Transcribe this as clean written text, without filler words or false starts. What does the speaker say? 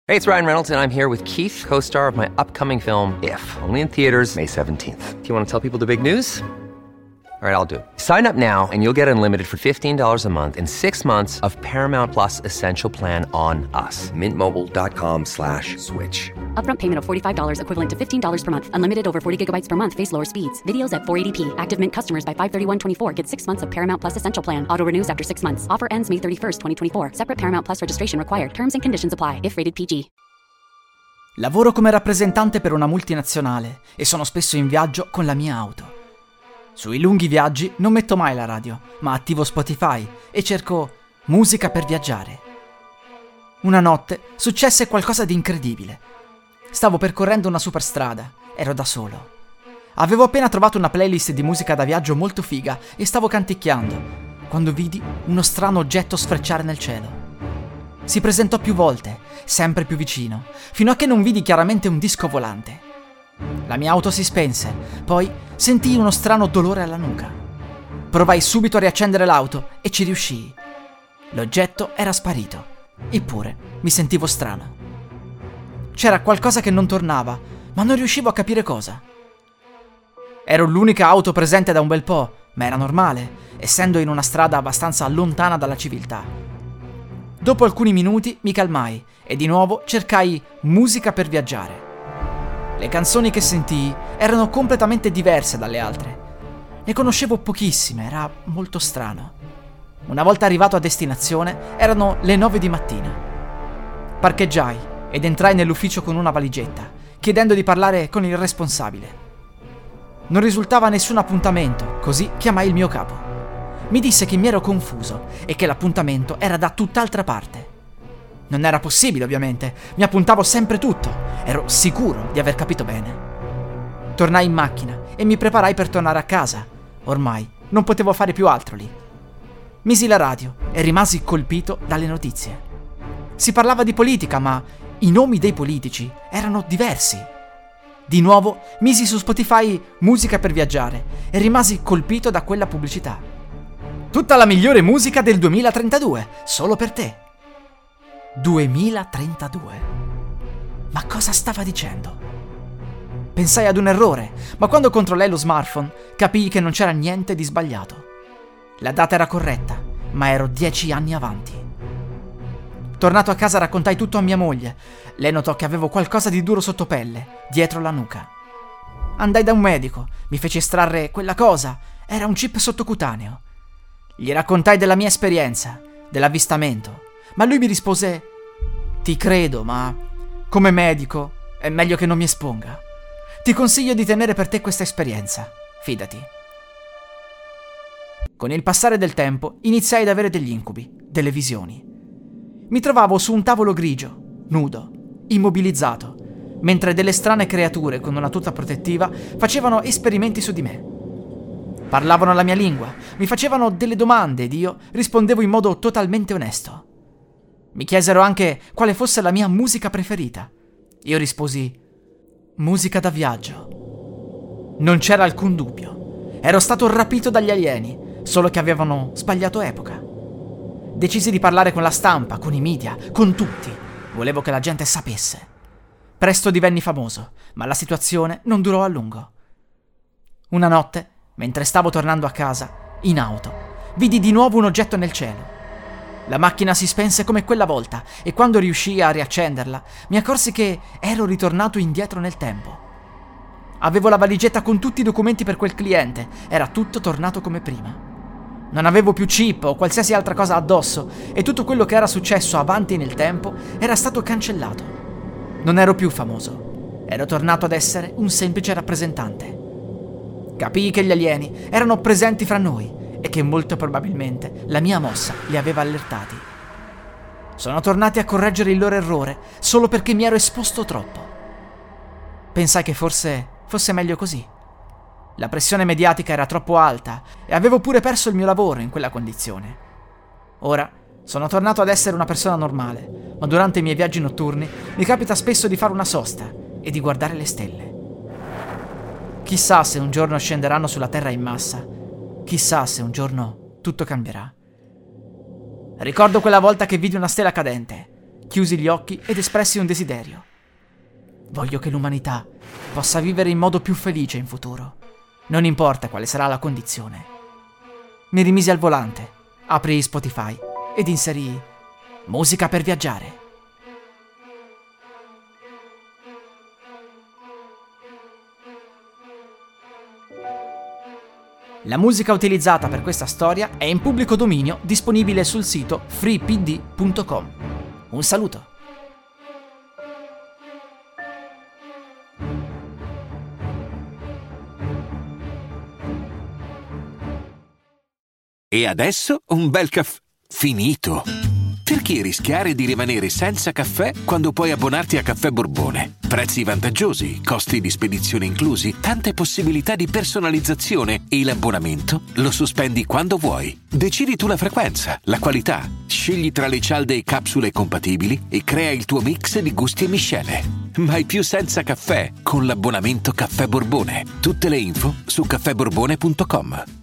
Hey, it's Ryan Reynolds, and I'm here with Keith, co-star of my upcoming film, If, only in theaters May 17th. Do you want to tell people the big news? All right, I'll do it. Sign up now and you'll get unlimited for $15 a month and 6 months of Paramount Plus Essential Plan on us. MintMobile.com/switch. Upfront payment of $45 equivalent to $15 per month. Unlimited over 40 gigabytes per month. Face lower speeds. Videos at 480p. Active Mint customers by 531.24 get 6 months of Paramount Plus Essential Plan. Auto renews after 6 months. Offer ends May 31st, 2024. Separate Paramount Plus registration required. Terms and conditions apply if rated PG. Lavoro come rappresentante per una multinazionale e sono spesso in viaggio con la mia auto. Sui lunghi viaggi non metto mai la radio, ma attivo Spotify e cerco musica per viaggiare. Una notte successe qualcosa di incredibile. Stavo percorrendo una superstrada, ero da solo. Avevo appena trovato una playlist di musica da viaggio molto figa e stavo canticchiando, quando vidi uno strano oggetto sfrecciare nel cielo. Si presentò più volte, sempre più vicino, fino a che non vidi chiaramente un disco volante. La mia auto si spense, poi sentii uno strano dolore alla nuca. Provai subito a riaccendere l'auto e ci riuscii. L'oggetto era sparito, eppure mi sentivo strano. C'era qualcosa che non tornava, ma non riuscivo a capire cosa. Ero l'unica auto presente da un bel po', ma era normale, essendo in una strada abbastanza lontana dalla civiltà. Dopo alcuni minuti mi calmai e di nuovo cercai musica per viaggiare. Le canzoni che sentii erano completamente diverse dalle altre. Ne conoscevo pochissime, era molto strano. Una volta arrivato a destinazione, erano le 9 di mattina. Parcheggiai ed entrai nell'ufficio con una valigetta, chiedendo di parlare con il responsabile. Non risultava nessun appuntamento, così chiamai il mio capo. Mi disse che mi ero confuso e che l'appuntamento era da tutt'altra parte. Non era possibile, ovviamente. Mi appuntavo sempre tutto. Ero sicuro di aver capito bene. Tornai in macchina e mi preparai per tornare a casa. Ormai non potevo fare più altro lì. Misi la radio e rimasi colpito dalle notizie. Si parlava di politica, ma i nomi dei politici erano diversi. Di nuovo misi su Spotify musica per viaggiare e rimasi colpito da quella pubblicità. Tutta la migliore musica del 2032, solo per te. 2032? Ma cosa stava dicendo? Pensai ad un errore, ma quando controllai lo smartphone capii che non c'era niente di sbagliato. La data era corretta, ma ero 10 anni avanti. Tornato a casa raccontai tutto a mia moglie. Lei notò che avevo qualcosa di duro sotto pelle, dietro la nuca. Andai da un medico, mi fece estrarre quella cosa, era un chip sottocutaneo. Gli raccontai della mia esperienza, dell'avvistamento, ma lui mi rispose: ti credo, ma come medico è meglio che non mi esponga. Ti consiglio di tenere per te questa esperienza, fidati. Con il passare del tempo iniziai ad avere degli incubi, delle visioni. Mi trovavo su un tavolo grigio, nudo, immobilizzato, mentre delle strane creature con una tuta protettiva facevano esperimenti su di me. Parlavano la mia lingua, mi facevano delle domande ed io rispondevo in modo totalmente onesto. Mi chiesero anche quale fosse la mia musica preferita. Io risposi: musica da viaggio. Non c'era alcun dubbio. Ero stato rapito dagli alieni, solo che avevano sbagliato epoca. Decisi di parlare con la stampa, con i media, con tutti. Volevo che la gente sapesse. Presto divenni famoso, ma la situazione non durò a lungo. Una notte, mentre stavo tornando a casa, in auto, vidi di nuovo un oggetto nel cielo. La macchina si spense come quella volta e quando riuscii a riaccenderla, mi accorsi che ero ritornato indietro nel tempo. Avevo la valigetta con tutti i documenti per quel cliente, era tutto tornato come prima. Non avevo più chip o qualsiasi altra cosa addosso e tutto quello che era successo avanti nel tempo era stato cancellato. Non ero più famoso, ero tornato ad essere un semplice rappresentante. Capii che gli alieni erano presenti fra noi e che molto probabilmente la mia mossa li aveva allertati. Sono tornati a correggere il loro errore solo perché mi ero esposto troppo. Pensai che forse fosse meglio così. La pressione mediatica era troppo alta e avevo pure perso il mio lavoro in quella condizione. Ora sono tornato ad essere una persona normale, ma durante i miei viaggi notturni mi capita spesso di fare una sosta e di guardare le stelle. Chissà se un giorno scenderanno sulla Terra in massa. Chissà se un giorno tutto cambierà. Ricordo quella volta che vidi una stella cadente. chiusi gli occhi ed espressi un desiderio. Voglio che l'umanità possa vivere in modo più felice in futuro, non importa quale sarà la condizione. Mi rimisi al volante, aprii Spotify ed inserii musica per viaggiare. La musica utilizzata per questa storia è in pubblico dominio, disponibile sul sito freepd.com. Un saluto! E adesso un bel caffè finito. Perché rischiare di rimanere senza caffè quando puoi abbonarti a Caffè Borbone? Prezzi vantaggiosi, costi di spedizione inclusi, tante possibilità di personalizzazione e l'abbonamento lo sospendi quando vuoi. Decidi tu la frequenza, la qualità, scegli tra le cialde e capsule compatibili e crea il tuo mix di gusti e miscele. Mai più senza caffè con l'abbonamento Caffè Borbone. Tutte le info su caffèborbone.com.